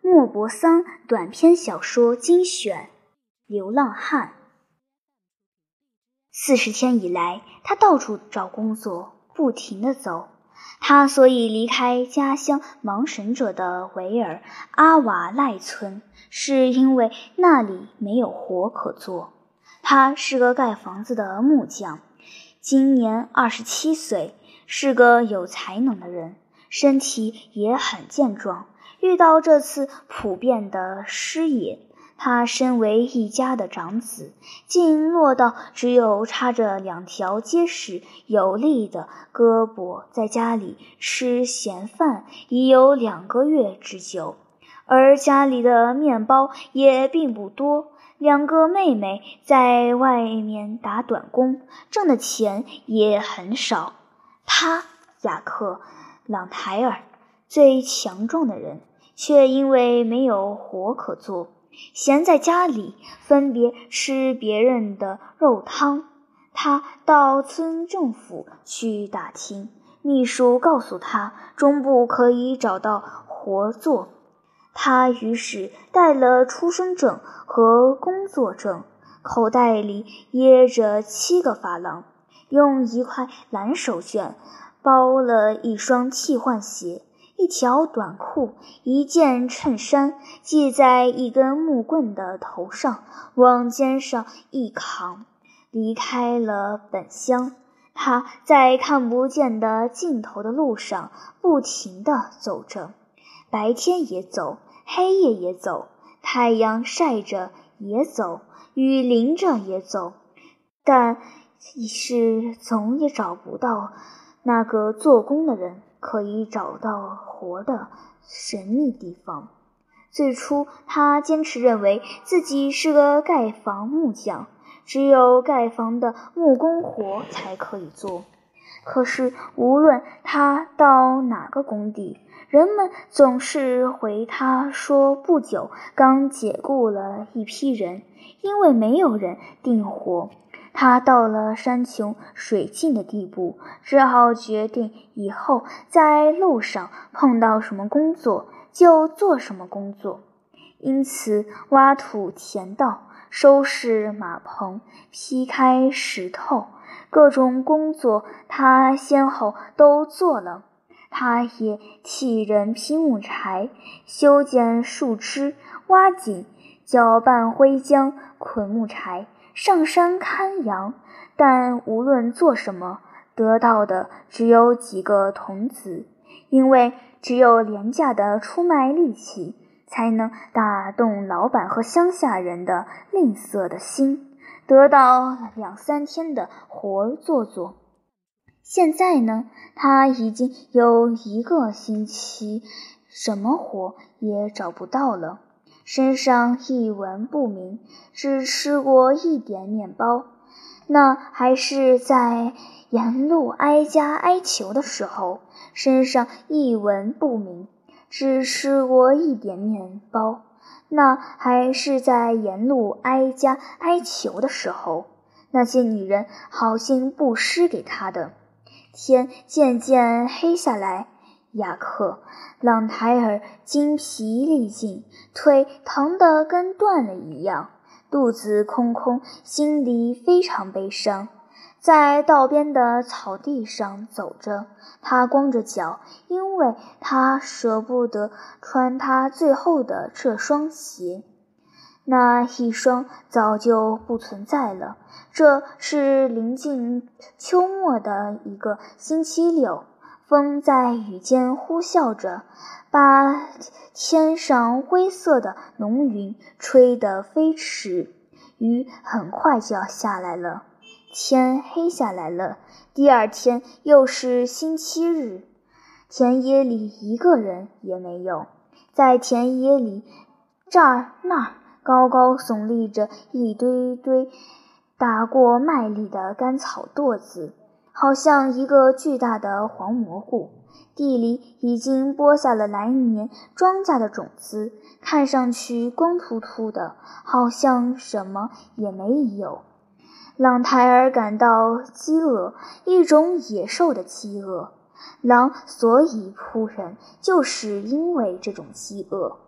莫泊桑短篇小说精选，流浪汉。40天以来，他到处找工作，不停地走。他所以离开家乡芒省者的维尔阿瓦赖村，是因为那里没有活可做。他是个盖房子的木匠，今年27岁，是个有才能的人，身体也很健壮。遇到这次普遍的失业，他身为一家的长子，竟落到只有插着2条结实有力的胳膊，在家里吃闲饭已有2个月之久，而家里的面包也并不多。2个妹妹在外面打短工，挣的钱也很少。他雅克·朗台尔最强壮的人，却因为没有活可做，闲在家里分别吃别人的肉汤。他到村政府去打听，秘书告诉他中部可以找到活做。他于是带了出生证和工作证，口袋里掖着7个法郎，用1块蓝手绢包了1双替换鞋、1条短裤、1件衬衫，系在1根木棍的头上，往肩上一扛，离开了本乡。他在看不见的尽头的路上不停地走着，白天也走，黑夜也走，太阳晒着也走，雨淋着也走，但是总也找不到那个做工的人可以找到活的神秘地方。最初他坚持认为自己是个盖房木匠，只有盖房的木工活才可以做。可是无论他到哪个工地，人们总是回他说不久刚解雇了一批人，因为没有人订活。他到了山穷水尽的地步，只好决定以后在路上碰到什么工作就做什么工作。因此挖土填道、收拾马棚、劈开石头，各种工作他先后都做了。他也替人劈木柴、修剪树枝、挖井、搅拌灰浆、捆木柴、上山看羊，但无论做什么，得到的只有几个铜子，因为只有廉价的出卖力气，才能打动老板和乡下人的吝啬的心，得到2-3天的活做。现在呢，他已经有1个星期什么活也找不到了，身上一文不名，只吃过1点面包，那还是在沿路挨家挨求的时候。身上一文不名，只吃过1点面包，那还是在沿路挨家挨求的时候。那些女人好心布施给他的。天渐渐黑下来，雅克·朗台尔精疲力尽，腿疼得跟断了一样，肚子空空，心里非常悲伤。在道边的草地上走着，他光着脚，因为他舍不得穿他最后的这双鞋。那一双早就不存在了。这是临近秋末的一个星期六，风在雨间呼啸着，把天上灰色的浓云吹得飞驰。雨很快就要下来了，天黑下来了。第2天又是星期日，田野里1个人也没有。在田野里这儿那儿高高耸立着一堆堆打过麦粒的干草垛子，好像一个巨大的黄蘑菇。地里已经播下了来年庄稼的种子，看上去光秃秃的，好像什么也没有。朗台尔感到饥饿，一种野兽的饥饿。狼所以扑人，就是因为这种饥饿。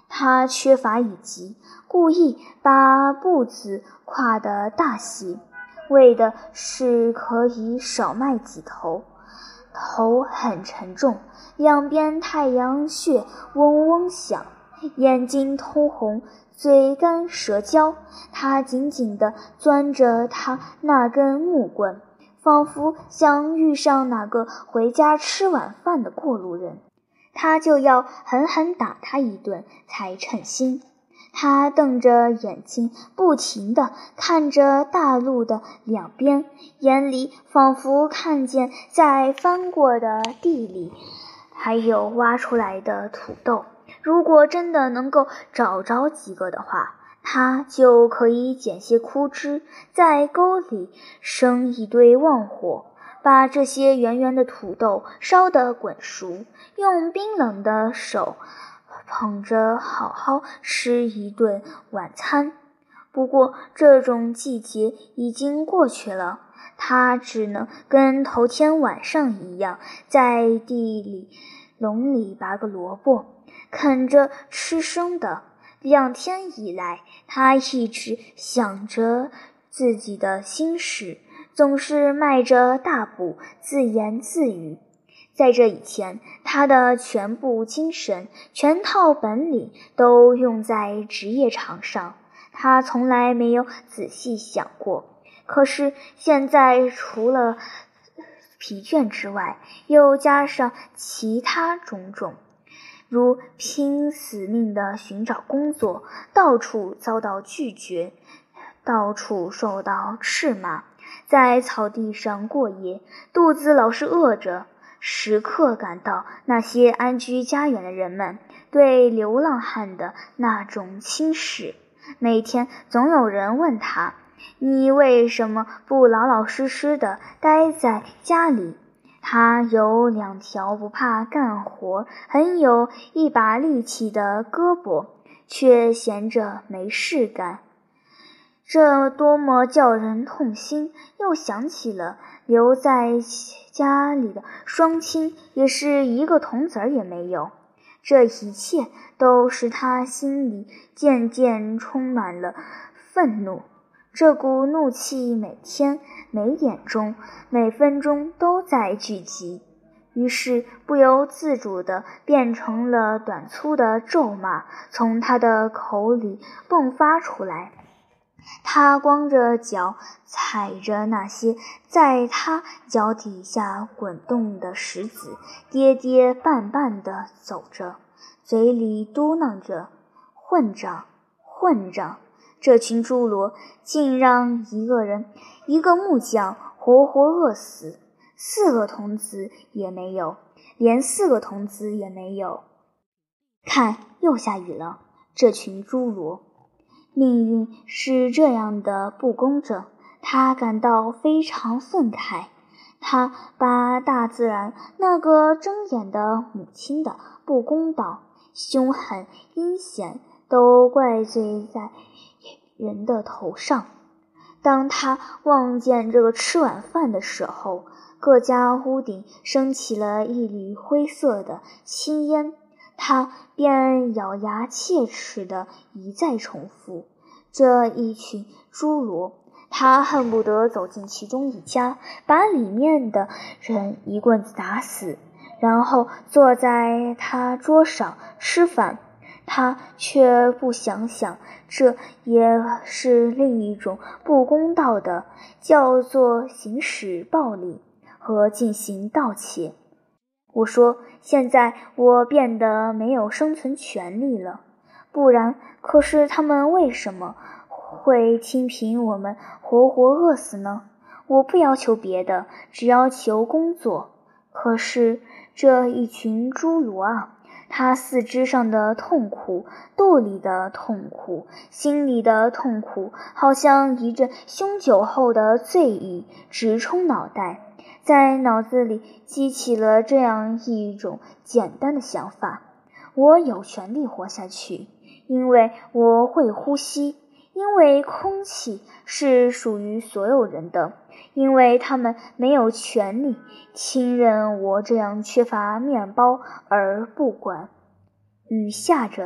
他缺乏以及，故意把步子跨得大些，为的是可以少迈几头。头很沉重，两边太阳穴嗡嗡响，眼睛通红，嘴干舌焦。他紧紧地攥着他那根木棍，仿佛想遇上哪个回家吃晚饭的过路人，他就要狠狠打他一顿才称心。他瞪着眼睛，不停地看着大路的两边，眼里仿佛看见在翻过的地里还有挖出来的土豆。如果真的能够找着几个的话，他就可以捡些枯枝，在沟里生一堆旺火，把这些圆圆的土豆烧得滚熟，用冰冷的手捧着好好吃一顿晚餐。不过这种季节已经过去了，他只能跟头天晚上一样，在地里笼里拔个萝卜，啃着吃生的。2天以来，他一直想着自己的心事，总是迈着大步自言自语。在这以前，他的全部精神、全套本领都用在职业场上，他从来没有仔细想过。可是现在，除了疲倦之外，又加上其他种种，如拼死命地寻找工作，到处遭到拒绝，到处受到斥骂，在草地上过夜，肚子老是饿着，时刻感到那些安居家园的人们对流浪汉的那种轻视。每天总有人问他，你为什么不老老实实地待在家里？他有2条不怕干活、很有一把力气的胳膊，却闲着没事干，这多么叫人痛心。又想起了留在家里的双亲，也是一个铜子儿也没有。这一切都使他心里渐渐充满了愤怒，这股怒气每天、每点钟、每分钟都在聚集，于是不由自主地变成了短粗的咒骂，从他的口里迸发出来。他光着脚踩着那些在他脚底下滚动的石子，跌跌绊绊地走着，嘴里嘟囔着混账混账。这群猪猡竟让一个人，一个木匠活活饿死，4个童子也没有，连4个童子也没有。看，又下雨了，这群猪猡。命运是这样的不公正，他感到非常愤慨。他把大自然那个睁眼的母亲的不公道、凶狠、阴险都怪罪在人的头上。当他望见这个吃晚饭的时候，各家屋顶升起了一缕灰色的青烟，他便咬牙切齿地一再重复，这一群猪猡。他恨不得走进其中一家，把里面的人一棍子打死，然后坐在他桌上吃饭。他却不想想，这也是另一种不公道的，叫做行使暴力和进行盗窃。我说，现在我变得没有生存权利了，不然，可是他们为什么会听凭我们活活饿死呢？我不要求别的，只要求工作。可是这一群猪猡啊，他四肢上的痛苦，肚里的痛苦，心里的痛苦，好像一阵凶酒后的醉意直冲脑袋，在脑子里激起了这样一种简单的想法：我有权利活下去，因为我会呼吸，因为空气是属于所有人的，因为他们没有权利听任我这样缺乏面包而不管。雨下着，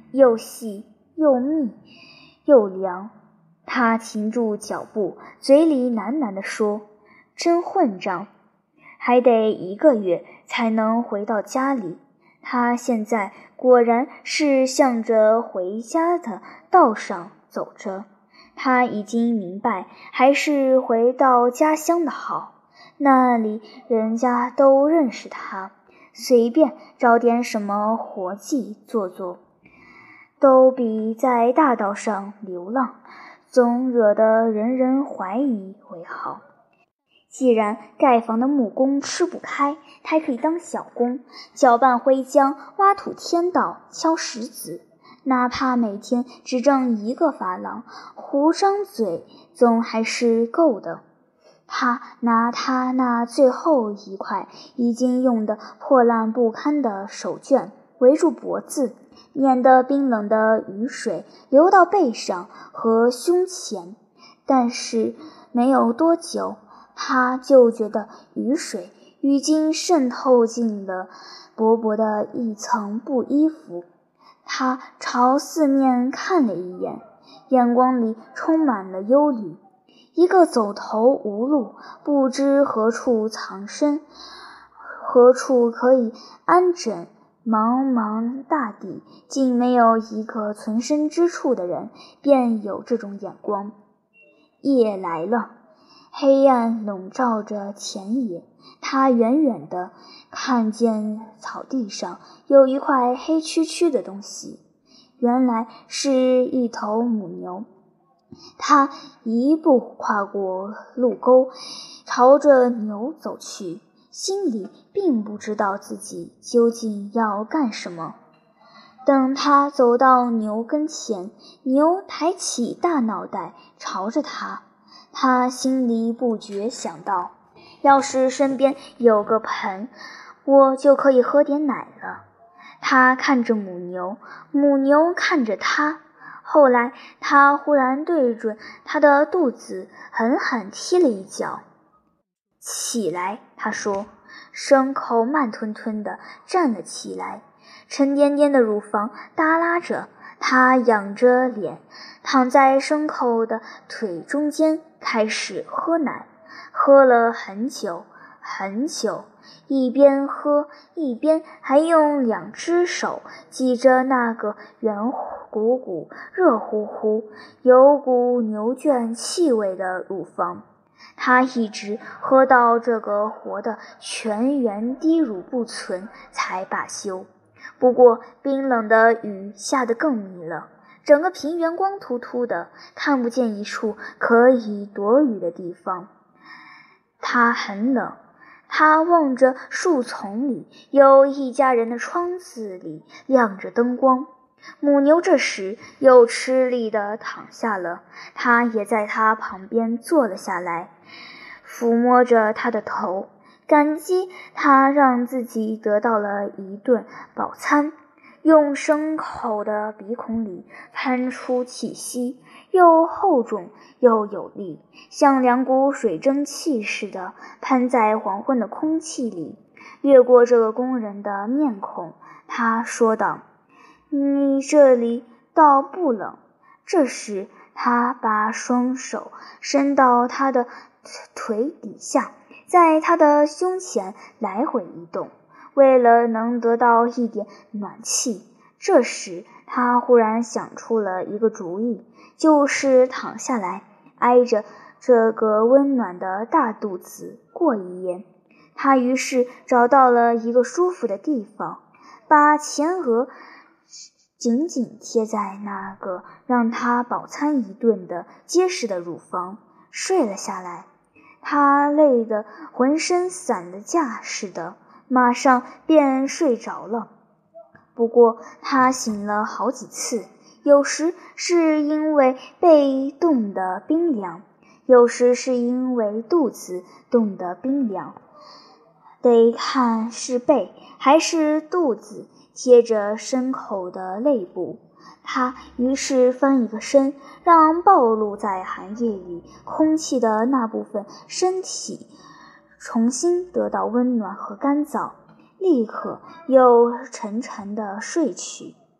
又细又密又凉。他停住脚步，嘴里喃喃地说：“真混账，还得1个月才能回到家里。”他现在果然是向着回家的道上走着。他已经明白，还是回到家乡的好，那里人家都认识他，随便找点什么活计做做，都比在大道上流浪，总惹得人人怀疑为好。既然盖房的木工吃不开，他可以当小工，搅拌灰浆，挖土添稻，敲石子，哪怕每天只挣1个法郎，胡张嘴总还是够的。他拿他那最后一块已经用得破烂不堪的手绢围住脖子，免得冰冷的雨水流到背上和胸前。但是没有多久，他就觉得雨水已经渗透进了薄薄的一层布衣服。他朝四面看了一眼，眼光里充满了忧虑。一个走投无路，不知何处藏身，何处可以安枕，茫茫大地竟没有一个存身之处的人，便有这种眼光。夜来了，黑暗笼罩着田野，他远远地看见草地上有一块黑黢黢的东西，原来是一头母牛。他一步跨过路沟，朝着牛走去，心里并不知道自己究竟要干什么。等他走到牛跟前，牛抬起大脑袋朝着他，他心里不觉想到，要是身边有个盆，我就可以喝点奶了。他看着母牛，母牛看着他。后来他忽然对准他的肚子狠狠踢了一脚。起来，他说。牲口慢吞吞地站了起来，沉甸甸的乳房耷拉着，他仰着脸躺在牲口的腿中间，开始喝奶，喝了很久很久，一边喝一边还用2只手挤着那个圆鼓鼓、热乎乎、有股牛圈气味的乳房。他一直喝到这个活的全员滴乳不存才罢休。不过冰冷的雨下得更密了，整个平原光秃秃的，看不见一处可以躲雨的地方。他很冷，他望着树丛里有一家人的窗子里亮着灯光。母牛这时又吃力地躺下了，他也在他旁边坐了下来，抚摸着他的头，感激他让自己得到了一顿饱餐。用牲口的鼻孔里喷出气息，又厚重又有力，像2股水蒸气似的喷在黄昏的空气里，掠过这个工人的面孔。他说道：“你这里倒不冷。”这时他把双手伸到他的腿底下，在他的胸前来回移动，为了能得到一点暖气。这时他忽然想出了一个主意，就是躺下来挨着这个温暖的大肚子过一夜。他于是找到了一个舒服的地方，把前额紧紧贴在那个让他饱餐一顿的结实的乳房，睡了下来。他累得浑身散了架似的，马上便睡着了。不过他醒了好几次，有时是因为背冻得冰凉，有时是因为肚子冻得冰凉，得看是背还是肚子贴着牲口的肋部。他于是翻一个身，让暴露在寒夜里空气的那部分身体重新得到温暖和干燥，立刻又沉沉地睡去。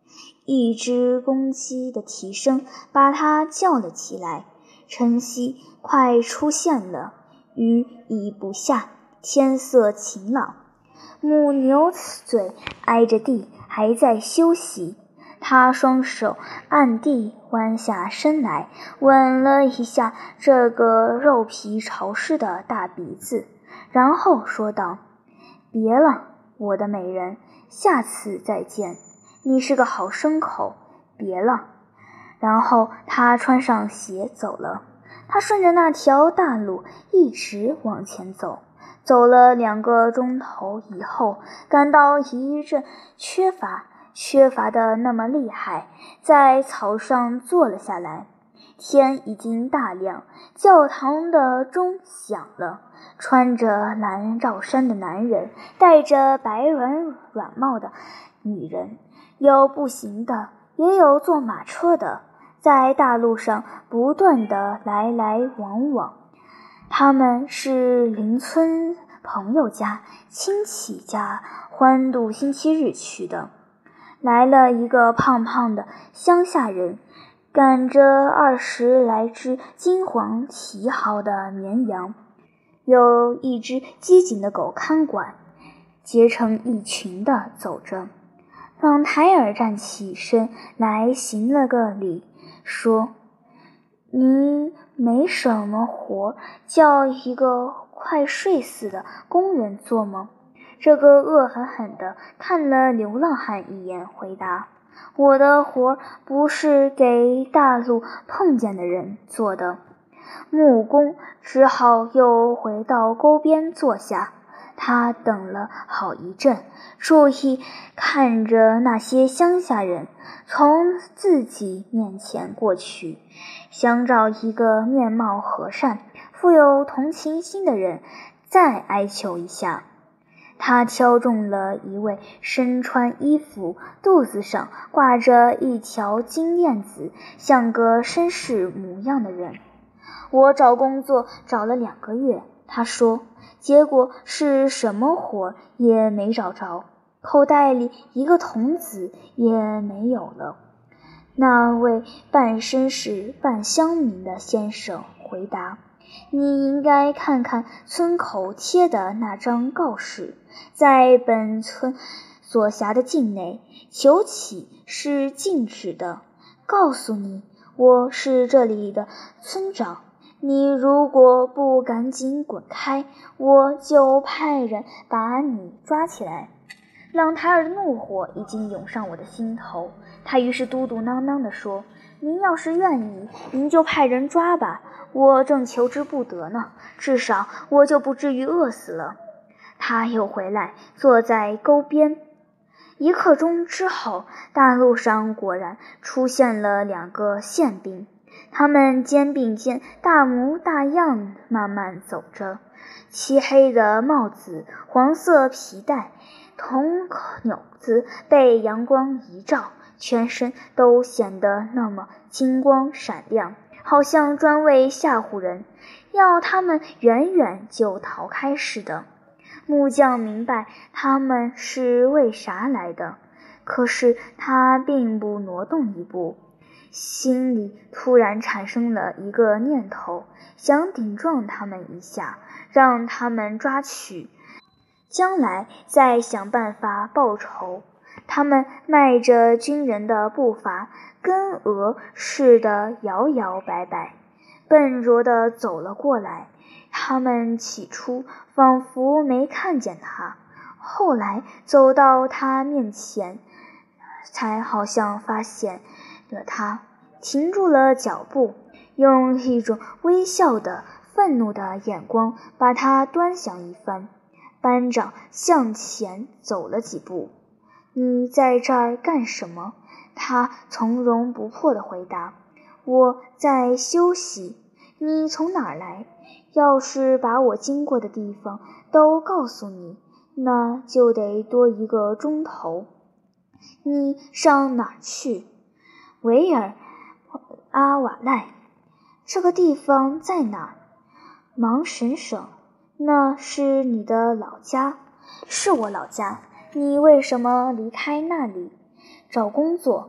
一只公鸡的啼声把他叫了起来。晨曦快出现了，雨已不下，天色晴朗。母牛嘴挨着地，还在休息。他双手按地弯下身来，吻了一下这个肉皮潮湿的大鼻子，然后说道：“别了，我的美人，下次再见。你是个好牲口，别了。”然后他穿上鞋走了。他顺着那条大路一直往前走，走了2个钟头以后，感到一阵缺乏的那么厉害，在草上坐了下来。天已经大亮，教堂的钟响了。穿着蓝罩衫的男人，戴着白软帽的女人，有步行的，也有坐马车的，在大路上不断地来来往往。他们是邻村朋友家、亲戚家欢度星期日去的。来了一个胖胖的乡下人，赶着20来只金黄奇好的绵羊，有一只机警的狗看管，结成一群的走着。朗台尔站起身来行了个礼，说：“您没什么活，叫一个快睡死的工人做吗？”这个恶狠狠地看了流浪汉一眼，回答：“我的活不是给大路碰见的人做的。”木工只好又回到沟边坐下。他等了好一阵，注意看着那些乡下人从自己面前过去，想找一个面貌和善、富有同情心的人再哀求一下。他挑中了一位身穿衣服，肚子上挂着一条金链子，像个绅士模样的人。我找工作找了2个月，他说，结果是什么活也没找着，口袋里1个铜子也没有了。那位半绅士半乡民的先生回答：“你应该看看村口贴的那张告示，在本村所辖的境内，求乞是禁止的。告诉你，我是这里的村长，你如果不赶紧滚开，我就派人把你抓起来。”朗台尔的怒火已经涌上我的心头，他于是嘟嘟囔囔地说：“您要是愿意，您就派人抓吧，我正求之不得呢，至少我就不至于饿死了。”他又回来，坐在沟边。1刻钟之后，大路上果然出现了2个宪兵，他们肩并肩，大模大样慢慢走着，漆黑的帽子，黄色皮带，铜纽子被阳光一照，全身都显得那么金光闪亮，好像专为吓唬人，要他们远远就逃开似的。木匠明白他们是为啥来的，可是他并不挪动一步，心里突然产生了一个念头，想顶撞他们一下，让他们抓取，将来再想办法报仇。他们迈着军人的步伐，跟鹅似的摇摇摆摆，笨拙地走了过来。他们起初仿佛没看见他，后来走到他面前，才好像发现了他，停住了脚步，用一种微笑的愤怒的眼光把他端详一番。班长向前走了几步。“你在这儿干什么？”他从容不迫地回答。“我在休息。”“你从哪儿来？”“要是把我经过的地方都告诉你，那就得多1个钟头。”“你上哪儿去？”“维尔阿瓦赖。”“这个地方在哪儿？”“芒什省。”“那是你的老家？”“是我老家。”“你为什么离开那里？”“找工作。”“把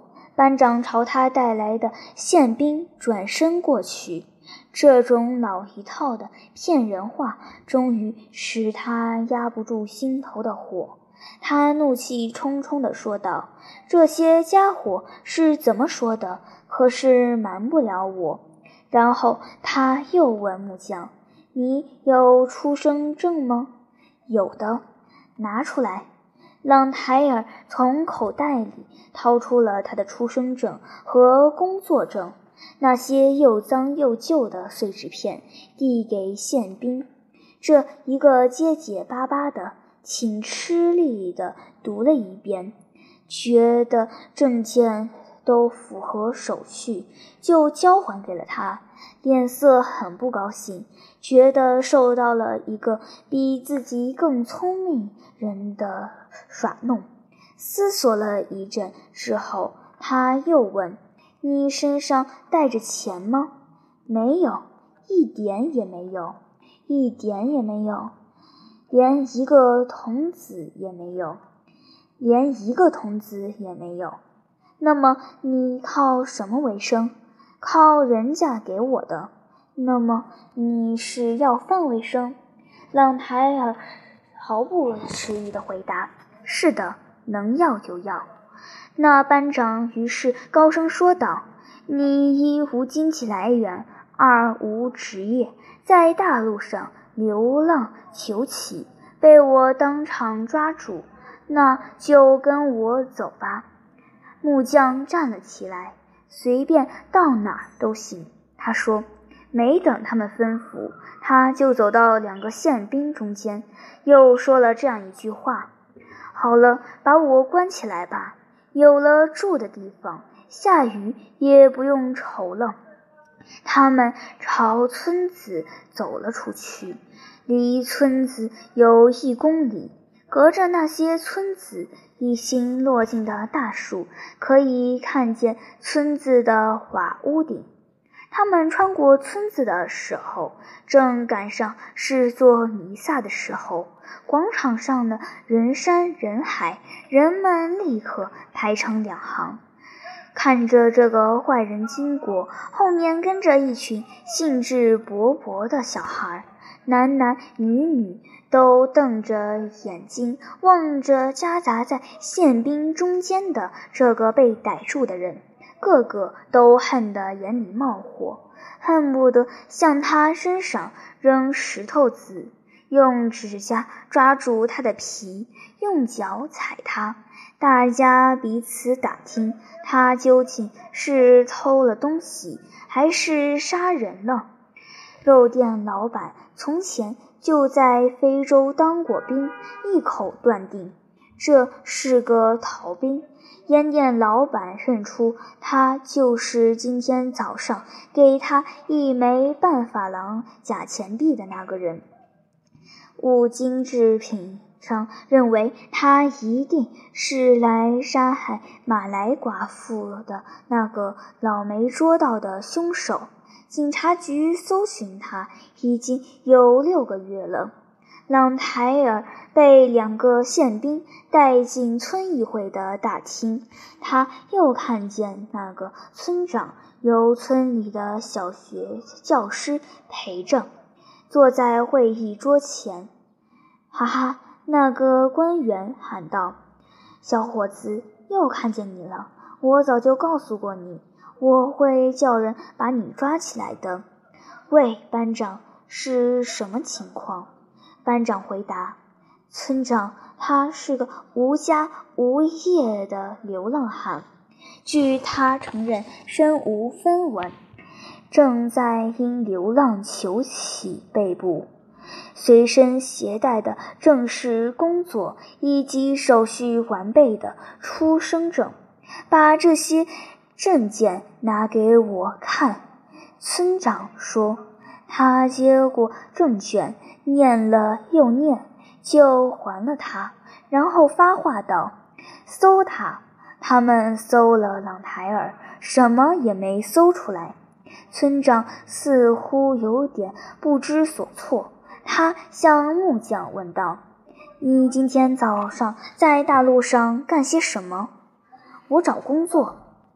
班长朝他带来的宪兵转身过去。这种老一套的骗人话终于使他压不住心头的火。他怒气冲冲地说道：“这些家伙是怎么说的？可是瞒不了我。”然后他又问木匠：“你有出生证吗？”“有的。”“拿出来。”朗台尔从口袋里掏出了他的出生证和工作证，那些又脏又旧的碎纸片递给宪兵。这一个结结巴巴的，请吃力地读了一遍，觉得证件都符合手续，就交还给了他，脸色很不高兴，觉得受到了一个比自己更聪明人的耍弄。思索了一阵之后，他又问：“你身上带着钱吗？”“没有，一点也没有。”“一点也没有。”“连一个铜子也没有。”“连一个铜子也没有。”“那么你靠什么为生？”“靠人家给我的。”“那么你是要饭为生？”朗台尔毫不迟疑地回答：“是的，能要就要。”那班长于是高声说道：“你一无经济来源，二无职业，在大路上流浪求乞，被我当场抓住，那就跟我走吧。”木匠站了起来：“随便到哪儿都行。”他说。没等他们吩咐，他就走到两个宪兵中间，又说了这样一句话：“好了，把我关起来吧，有了住的地方，下雨也不用愁了。”他们朝村子走了出去，离村子有1公里，隔着那些村子已经落尽的大树，可以看见村子的瓦屋顶。他们穿过村子的时候，正赶上是做弥撒的时候，广场上的人山人海，人们立刻排成2行。看着这个坏人经过，后面跟着一群兴致勃勃的小孩，男男女女都瞪着眼睛望着夹杂在宪兵中间的这个被逮住的人，个个都恨得眼里冒火，恨不得向他身上扔石头子，用指甲抓住他的皮，用脚踩他。大家彼此打听他究竟是偷了东西，还是杀人了。肉店老板从前就在非洲当过兵，一口断定这是个逃兵。烟店老板认出他就是今天早上给他1枚半法郎假钱币的那个人。五金制品商认为他一定是来杀害马来寡妇的那个老没捉到的凶手。警察局搜寻他已经有6个月了。朗台尔被2个宪兵带进村议会的大厅，他又看见那个村长由村里的小学教师陪着，坐在会议桌前。哈哈，那个官员喊道：“小伙子，又看见你了，我早就告诉过你，我会叫人把你抓起来的。”“喂，班长，是什么情况？”班长回答：“村长，他是个无家无业的流浪汉，据他承认身无分文，正在因流浪求乞被捕，随身携带的正是工作以及手续完备的出生证。把这些证件拿给我看。”村长说。他接过证卷，念了又念，就还了他，然后发话道：“搜他。”他们搜了朗台尔，什么也没搜出来。村长似乎有点不知所措，他向木匠问道：“你今天早上在大路上干些什么？”“我找工作。”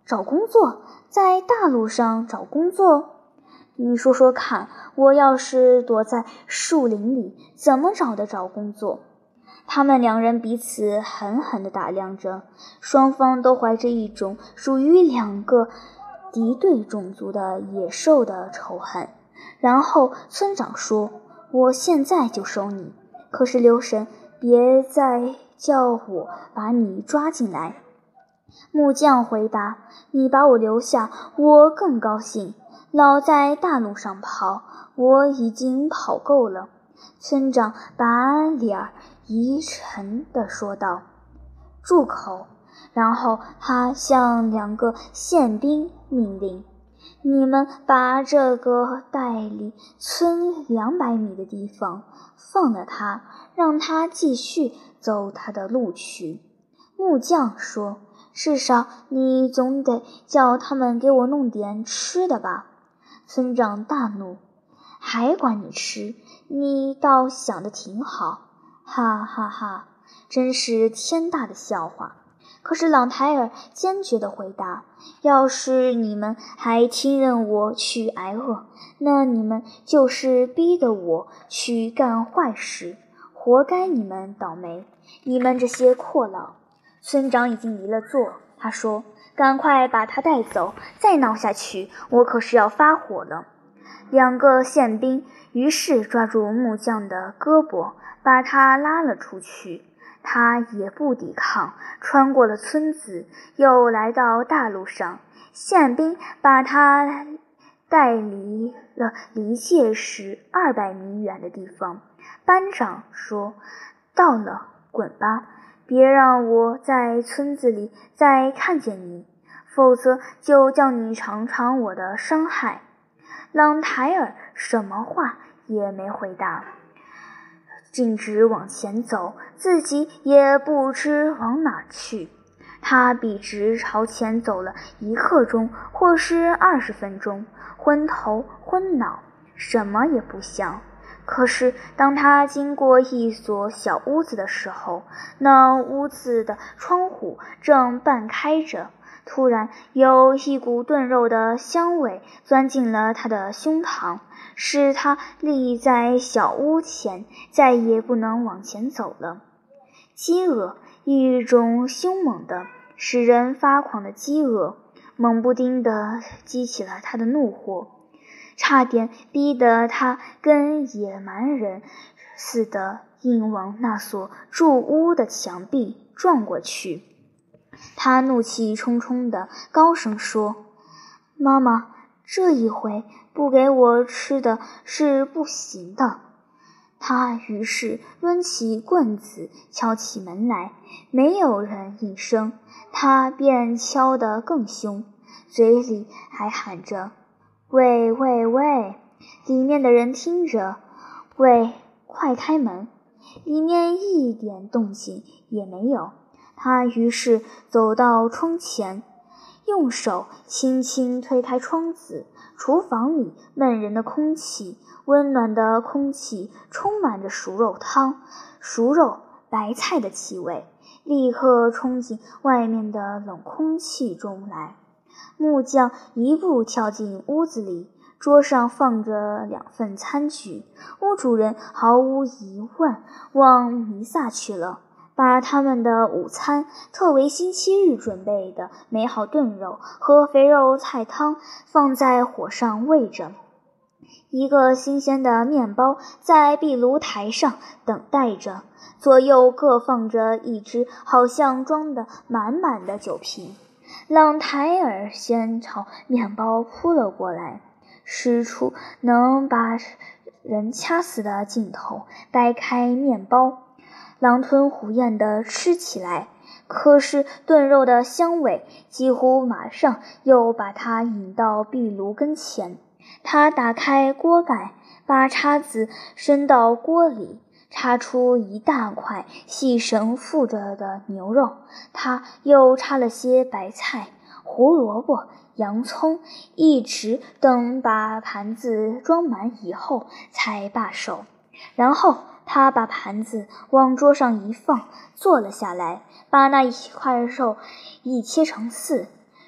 找工作？在大陆上找工作？你说说看，我要是躲在树林里，怎么找得着工作？他们两人彼此狠狠地打量着，双方都怀着一种属于两个敌对种族的野兽的仇恨。然后村长说：“我现在就收你，可是留神，别再叫我把你抓进来。”木匠回答：“你把我留下，我更高兴。老在大路上跑，我已经跑够了。”村长把脸一沉地说道：“住口！”然后他向两个宪兵命令：“你们把这个带离村200米的地方放了他，让他继续走他的路去。”木匠说：“至少你总得叫他们给我弄点吃的吧。”村长大怒：“还管你吃？你倒想得挺好！哈哈哈，真是天大的笑话！”可是朗台尔坚决地回答：“要是你们还听任我去挨饿，那你们就是逼得我去干坏事，活该你们倒霉，你们这些阔佬！”村长已经移了座，他说：“赶快把他带走，再闹下去，我可是要发火了。”两个宪兵于是抓住木匠的胳膊，把他拉了出去。他也不抵抗，穿过了村子，又来到大路上。宪兵把他带离了离界时200米远的地方。班长说：“到了，滚吧，别让我在村子里再看见你，否则就叫你尝尝我的伤害。”朗台尔什么话也没回答，径直往前走，自己也不知往哪去。他笔直朝前走了1刻钟，或是20分钟，昏头昏脑，什么也不想。可是当他经过一所小屋子的时候，那屋子的窗户正半开着，突然有一股炖肉的香味钻进了他的胸膛，使他立在小屋前，再也不能往前走了。饥饿，一种凶猛的使人发狂的饥饿，猛不丁地激起了他的怒火，差点逼得他跟野蛮人似的硬往那所住屋的墙壁撞过去。他怒气冲冲地高声说：“妈妈，这一回不给我吃的是不行的。”他于是抡起棍子敲起门来，没有人应声，他便敲得更凶，嘴里还喊着：“喂喂喂！”里面的人听着：“喂，快开门！”里面一点动静也没有。他于是走到窗前，用手轻轻推开窗子。厨房里闷人的空气，温暖的空气充满着熟肉汤、熟肉、白菜的气味，立刻冲进外面的冷空气中来。木匠一步跳进屋子里，桌上放着2份餐具。屋主人毫无疑问往弥撒去了，把他们的午餐，特为星期日准备的美好炖肉和肥肉菜汤放在火上煨着。一个新鲜的面包在壁炉台上等待着，左右各放着一只好像装得满满的酒瓶。朗台尔先朝面包扑了过来，使出能把人掐死的劲头，掰开面包，狼吞虎咽地吃起来。可是炖肉的香味几乎马上又把他引到壁炉跟前。他打开锅盖，把叉子伸到锅里，插出一大块细绳附着的牛肉。他又插了些白菜、胡萝卜、洋葱，一直等把盘子装满以后才罢手。然后他把盘子往桌上一放，坐了下来，把那一块肉一切成4，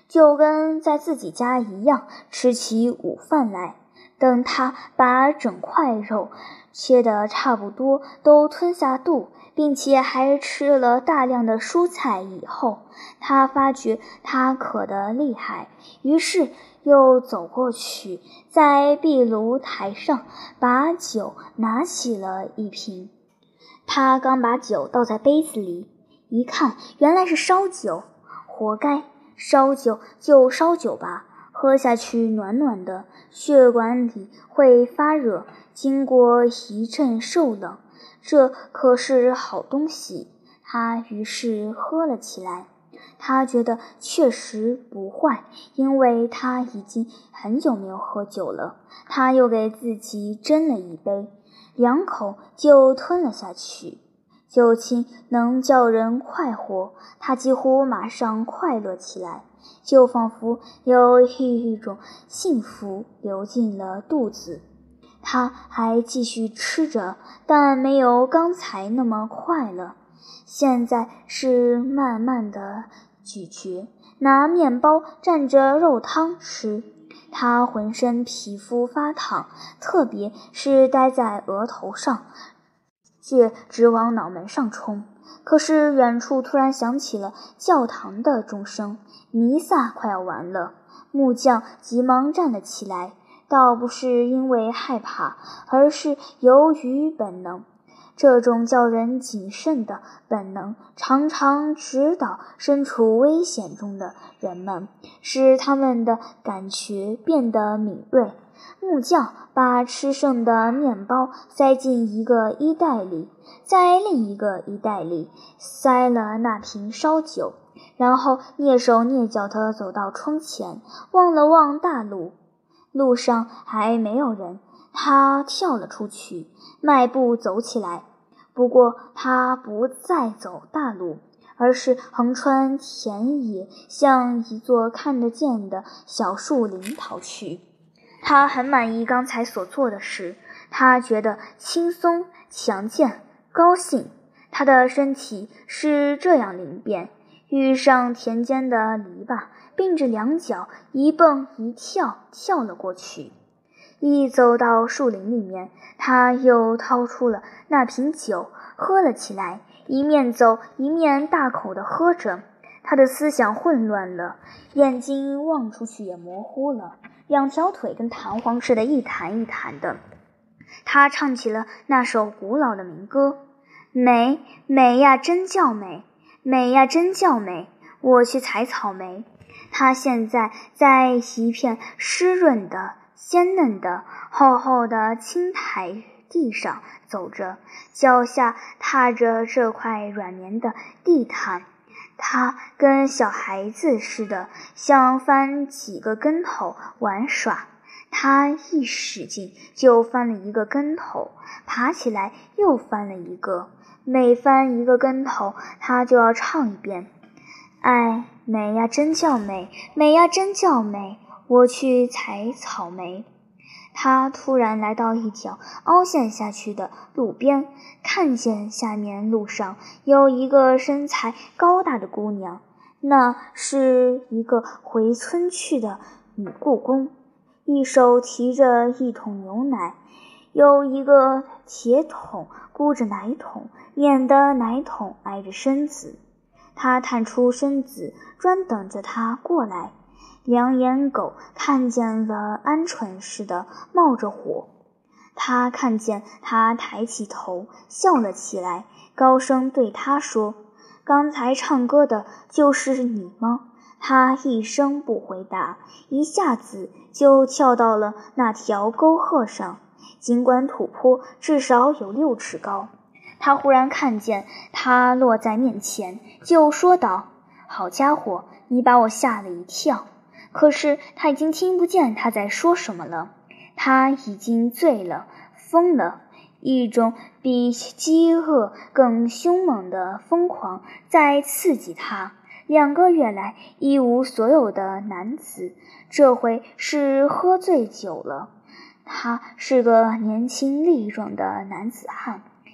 就跟在自己家一样吃起午饭来。等他把整块肉切得差不多都吞下肚，并且还吃了大量的蔬菜以后，他发觉他渴得厉害，于是又走过去，在壁炉台上把酒拿起了一瓶。他刚把酒倒在杯子里，一看原来是烧酒，活该，烧酒就烧酒吧，喝下去暖暖的，血管里会发热，经过一阵受冷，这可是好东西。他于是喝了起来。他觉得确实不坏，因为他已经很久没有喝酒了。他又给自己斟了一杯，2口就吞了下去。酒精能叫人快活，他几乎马上快乐起来，就仿佛有一种幸福流进了肚子。他还继续吃着，但没有刚才那么快乐。现在是慢慢的咀嚼，拿面包蘸着肉汤吃。他浑身皮肤发烫，特别是待在额头上，血直往脑门上冲。可是远处突然响起了教堂的钟声，弥撒快要完了。木匠急忙站了起来，倒不是因为害怕，而是由于本能。这种叫人谨慎的本能常常指导身处危险中的人们，使他们的感觉变得敏锐。木匠把吃剩的面包塞进一个衣袋里，在另一个衣袋里塞了那瓶烧酒，然后蹑手蹑脚地走到窗前，望了望大路。路上还没有人，他跳了出去，迈步走起来。不过他不再走大路，而是横穿田野，向一座看得见的小树林跑去。他很满意刚才所做的事，他觉得轻松、强健、高兴。他的身体是这样灵便，遇上田间的篱笆，并着2脚一蹦一跳跳了过去。一走到树林里面，他又掏出了那瓶酒，喝了起来，一面走一面大口地喝着。他的思想混乱了，眼睛望出去也模糊了，2条腿跟弹簧似的一弹一弹的。他唱起了那首古老的民歌：美，美呀，真叫美，美呀，真叫美，我去采草莓。他现在在一片湿润的鲜嫩的厚厚的青苔地上走着，脚下踏着这块软绵的地毯，他跟小孩子似的，想翻几个跟头玩耍。他一使劲就翻了1个跟头，爬起来又翻了1个，每翻1个跟头，他就要唱一遍：哎，美呀，真叫美，美呀，真叫美，我去采草莓。他突然来到一条凹陷下去的路边，看见下面路上有一个身材高大的姑娘，那是一个回村去的女雇工，一手提着一桶牛奶，有一个铁桶箍着奶桶，免得奶桶挨着身子。他探出身子，专等着他过来。2眼狗看见了鹌鹑似的冒着火，他看见他抬起头笑了起来，高声对他说：刚才唱歌的就是你吗？他一声不回答，一下子就跳到了那条沟壑上，尽管土坡至少有6尺高。他忽然看见他落在面前，就说道：好家伙，你把我吓了一跳。可是他已经听不见他在说什么了，他已经醉了，疯了，一种比饥饿更凶猛的疯狂在刺激他。2个月来一无所有的男子，这回是喝醉酒了。他是个年轻力壮的男子汉，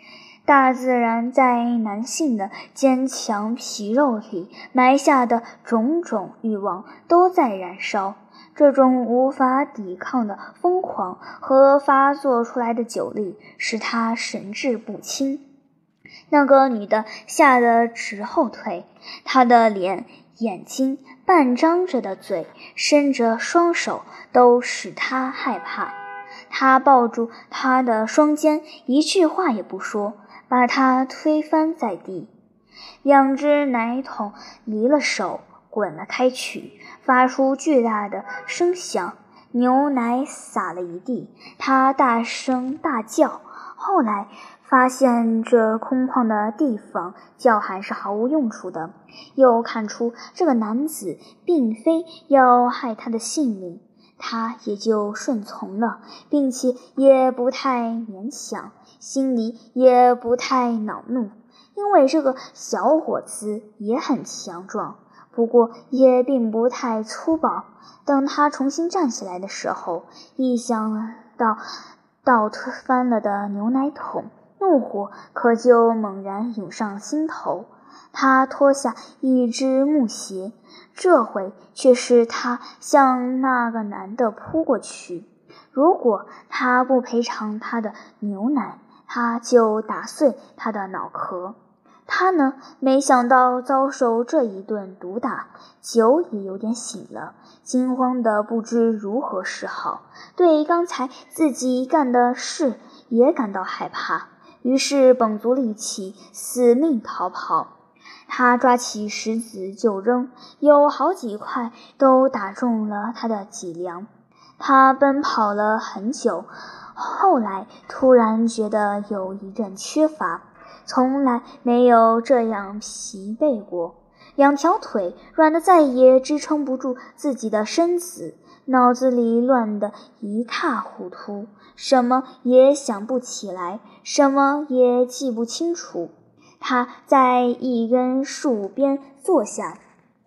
大自然在男性的坚强皮肉里埋下的种种欲望都在燃烧，这种无法抵抗的疯狂和发作出来的酒力使他神志不清。那个女的吓得直后退，她的脸、眼睛、半张着的嘴、伸着双手都使她害怕。她抱住她的双肩，一句话也不说，把她推翻在地。两只奶桶离了手，滚了开去，发出巨大的声响，牛奶洒了一地。她大声大叫，后来发现这空旷的地方叫喊是毫无用处的，又看出这个男子并非要害他的性命，他也就顺从了，并且也不太勉强，心里也不太恼怒，因为这个小伙子也很强壮，不过也并不太粗暴。等他重新站起来的时候，一想到倒推翻了的牛奶桶，怒火可就猛然涌上心头。他脱下一只木鞋，这回却是他向那个男的扑过去。如果他不赔偿他的牛奶，他就打碎他的脑壳。他呢，没想到遭受这一顿毒打，酒也有点醒了，惊慌的不知如何是好，对刚才自己干的事也感到害怕，于是绷足力气，死命逃跑。他抓起石子就扔，有好几块都打中了他的脊梁。他奔跑了很久，后来突然觉得有一阵缺乏，从来没有这样疲惫过，两条腿软得再也支撑不住自己的身子，脑子里乱得一塌糊涂，什么也想不起来，什么也记不清楚。他在一根树边坐下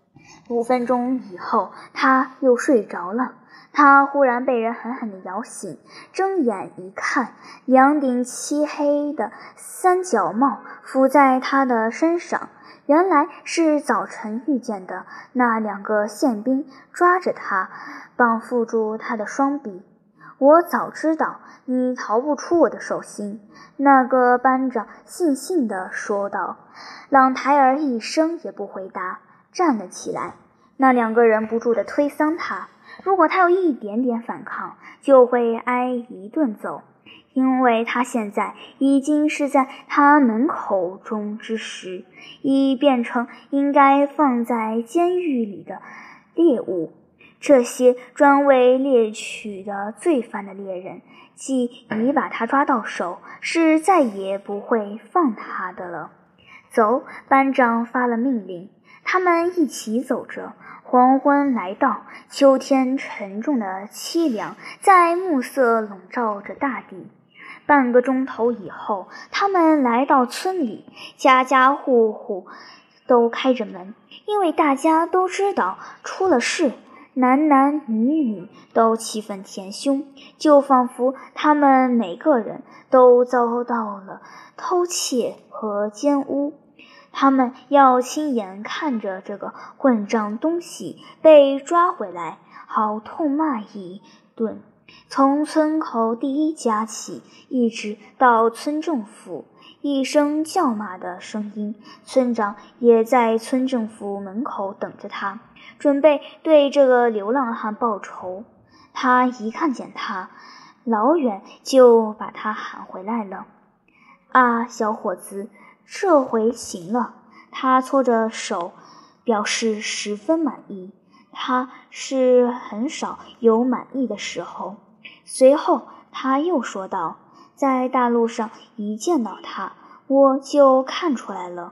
，5分钟以后他又睡着了。他忽然被人狠狠地摇醒，睁眼一看，2顶漆黑的三角帽phủ在他的身上，原来是早晨遇见的那2个宪兵抓着他，绑缚住他的双臂。我早知道你逃不出我的手心，那个班长悻悻地说道。朗台尔一声也不回答，站了起来。那2个人不住地推搡他，如果他有一点点反抗，就会挨一顿揍，因为他现在已经是在他门口中之时，已变成应该放在监狱里的猎物。这些专为猎取的罪犯的猎人，既已把他抓到手，是再也不会放他的了。走，班长发了命令，他们一起走着。黄昏来到，秋天沉重的凄凉在暮色笼罩着大地。半个钟头以后，他们来到村里，家家户户都开着门，因为大家都知道出了事，男男女女都气愤填胸，就仿佛他们每个人都遭到了偷窃和奸污。他们要亲眼看着这个混账东西被抓回来，好痛骂一顿。从村口第一家起，一直到村政府，一声叫骂的声音，村长也在村政府门口等着他，准备对这个流浪汉报仇。他一看见他，老远就把他喊回来了。啊，小伙子，这回行了。他搓着手，表示十分满意。他是很少有满意的时候。随后他又说道，在大路上一见到他，我就看出来了。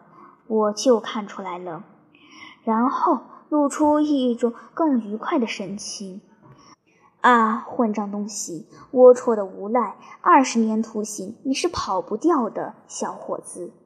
然后露出一种更愉快的神情。啊，混账东西，龌龊的无赖，20年徒刑，你是跑不掉的，小伙子。